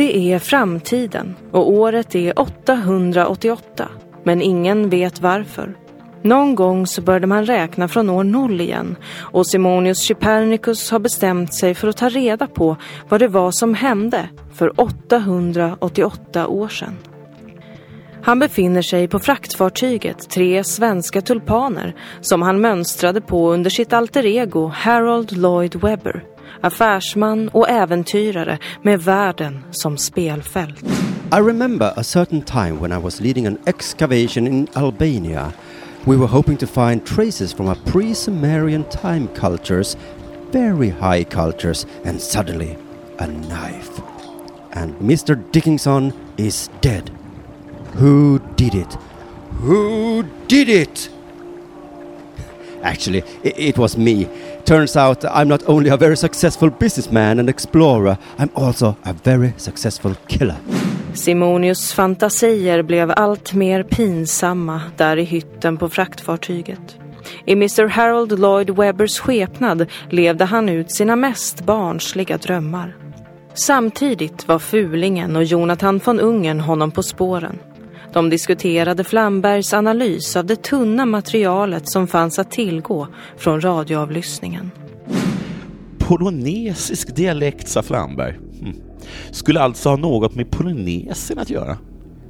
Det är framtiden och året är 888, men ingen vet varför. Någon gång så började man räkna från år 0 igen och Simonius Copernicus har bestämt sig för att ta reda på vad det var som hände för 888 år sedan. Han befinner sig på fraktfartyget 3 svenska tulpaner som han mönstrade på under sitt alter ego Harold Lloyd Webber, affärsman och äventyrare med världen som spelfält. I remember a certain time when I was leading an excavation in Albania. We were hoping to find traces from a pre-Sumerian time cultures, very high cultures, and suddenly a knife. And Mr. Dickinson is dead. Who did it? Who did it? Actually, it was me. Turns out I'm not only a very successful businessman and explorer, I'm also a very successful killer. Simonius fantasier blev allt mer pinsamma där i hytten på fraktfartyget. I Mr. Harold Lloyd Webbers skepnad levde han ut sina mest barnsliga drömmar. Samtidigt var Fulingen och Jonathan von Ungern honom på spåren. De diskuterade Flambergs analys av det tunna materialet som fanns att tillgå från radioavlyssningen. Polynesisk dialekt, sa Flamberg. Skulle alltså ha något med Polynesien att göra?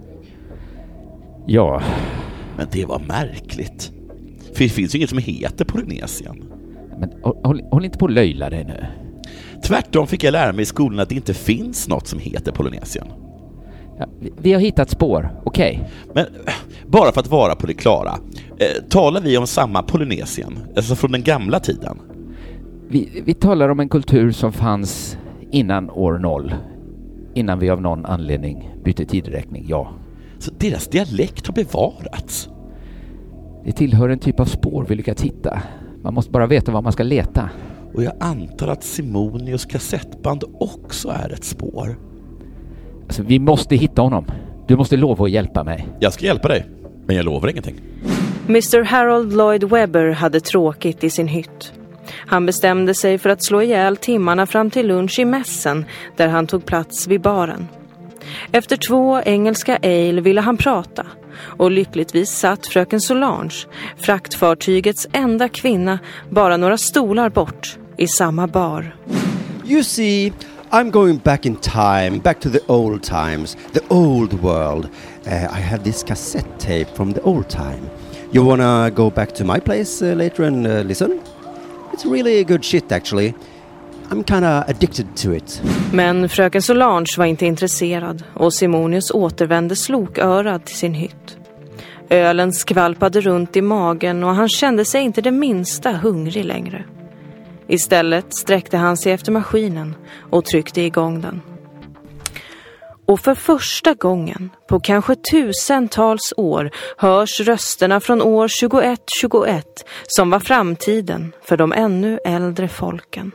Ja. Men det var märkligt. För det finns ju inget som heter Polynesien. Men håll inte på att löjla dig nu. Tvärtom fick jag lära mig i skolan att det inte finns något som heter Polynesien. Ja, vi har hittat spår, okej. Men bara för att vara på det klara, talar vi om samma Polynesien, alltså från den gamla tiden? Vi talar om en kultur som fanns innan år 0. Innan vi av någon anledning bytte tideräkning, ja. Så deras dialekt har bevarats? Det tillhör en typ av spår vi lyckats hitta. Man måste bara veta var man ska leta. Och jag antar att Simonius kassettband också är ett spår. Alltså, vi måste hitta honom. Du måste lova att hjälpa mig. Jag ska hjälpa dig, men jag lovar ingenting. Mr. Harold Lloyd Webber hade tråkigt i sin hytt. Han bestämde sig för att slå ihjäl timmarna fram till lunch i mässen där han tog plats vid baren. Efter 2 engelska ale ville han prata och lyckligtvis satt fröken Solange, fraktfartygets enda kvinna, bara några stolar bort i samma bar. You see, I'm going back in time, back to the old times, the old world. I have this cassette tape from the old time. You wanna go back to my place later and listen? It's really good shit actually. I'm kinda addicted to it. Men fröken Solange var inte intresserad och Simonius återvände slokörad till sin hytt. Ölen skvalpade runt i magen och han kände sig inte det minsta hungrig längre. Istället sträckte han sig efter maskinen och tryckte igång den. Och för första gången på kanske tusentals år hörs rösterna från år 2121 som var framtiden för de ännu äldre folken.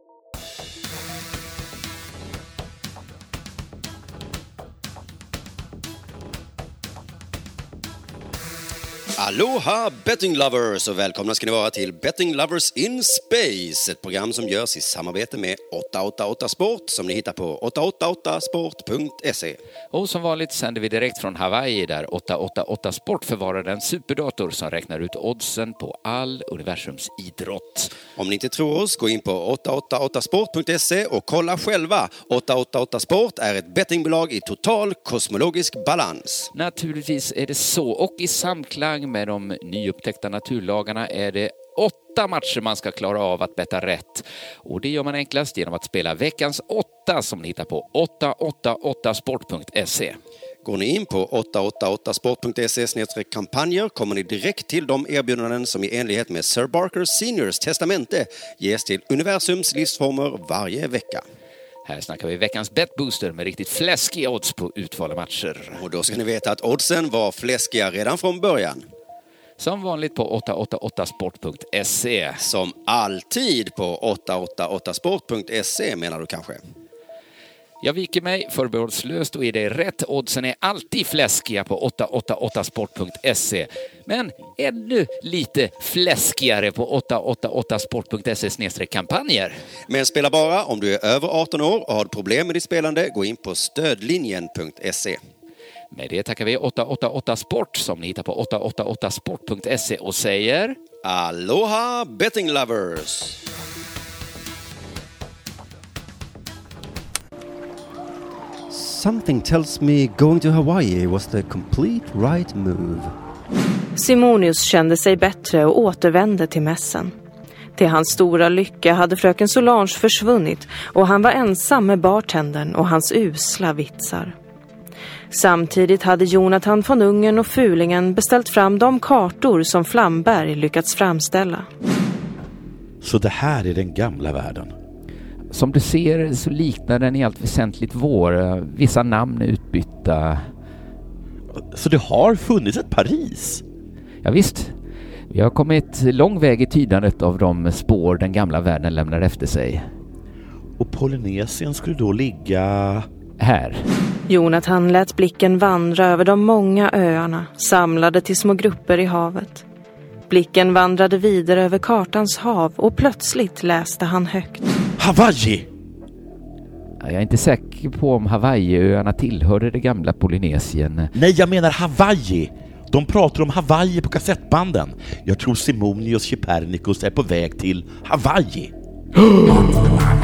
Aloha betting lovers och välkomna ska ni vara till Betting Lovers in Space, ett program som görs i samarbete med 888 Sport som ni hittar på 888sport.se. Och som vanligt sänder vi direkt från Hawaii där 888 Sport förvarar en superdator som räknar ut oddsen på all universums idrott. Om ni inte tror oss, gå in på 888sport.se och kolla själva. 888 Sport är ett bettingbolag i total kosmologisk balans. Naturligtvis är det så, och i samklang med de nyupptäckta naturlagarna är det 8 matcher man ska klara av att betta rätt. Och det gör man enklast genom att spela veckans 8 som ni hittar på 888sport.se. Går ni in på 888sport.se/kampanjer kommer ni direkt till de erbjudanden som i enlighet med Sir Barker Seniors testamente ges till universums livsformer varje vecka. Här snackar vi veckans betbooster med riktigt fläskiga odds på utvalda matcher. Och då ska ni veta att oddsen var fläskiga redan från början. Som vanligt på 888sport.se. Som alltid på 888sport.se menar du kanske? Jag viker mig förbehållslöst och är det rätt. Oddsen är alltid fläskiga på 888sport.se. Men ännu lite fläskigare på 888sport.se/kampanjer. Men spela bara om du är över 18 år och har problem med ditt spelande. Gå in på stödlinjen.se. Med det tackar vi 888 Sport som ni hittar på 888sport.se och säger... Aloha betting lovers! Something tells me going to Hawaii was the complete right move. Simonius kände sig bättre och återvände till mässen. Till hans stora lycka hade fröken Solange försvunnit och han var ensam med bartendern och hans usla vitsar. Samtidigt hade Jonathan von Ungern och Fulingen beställt fram de kartor som Flamberg lyckats framställa. Så det här är den gamla världen. Som du ser så liknar den i allt väsentligt vår. Vissa namn är utbytta. Så det har funnits ett Paris? Ja visst. Vi har kommit lång väg i tydandet av de spår den gamla världen lämnar efter sig. Och Polynesien skulle då ligga... här. Jonathan lät blicken vandra över de många öarna, samlade till små grupper i havet. Blicken vandrade vidare över kartans hav och plötsligt läste han högt. Hawaii! Jag är inte säker på om Hawaiiöarna tillhörde det gamla Polynesien. Nej, jag menar Hawaii. De pratar om Hawaii på kassettbanden. Jag tror Simonius Copernicus är på väg till Hawaii.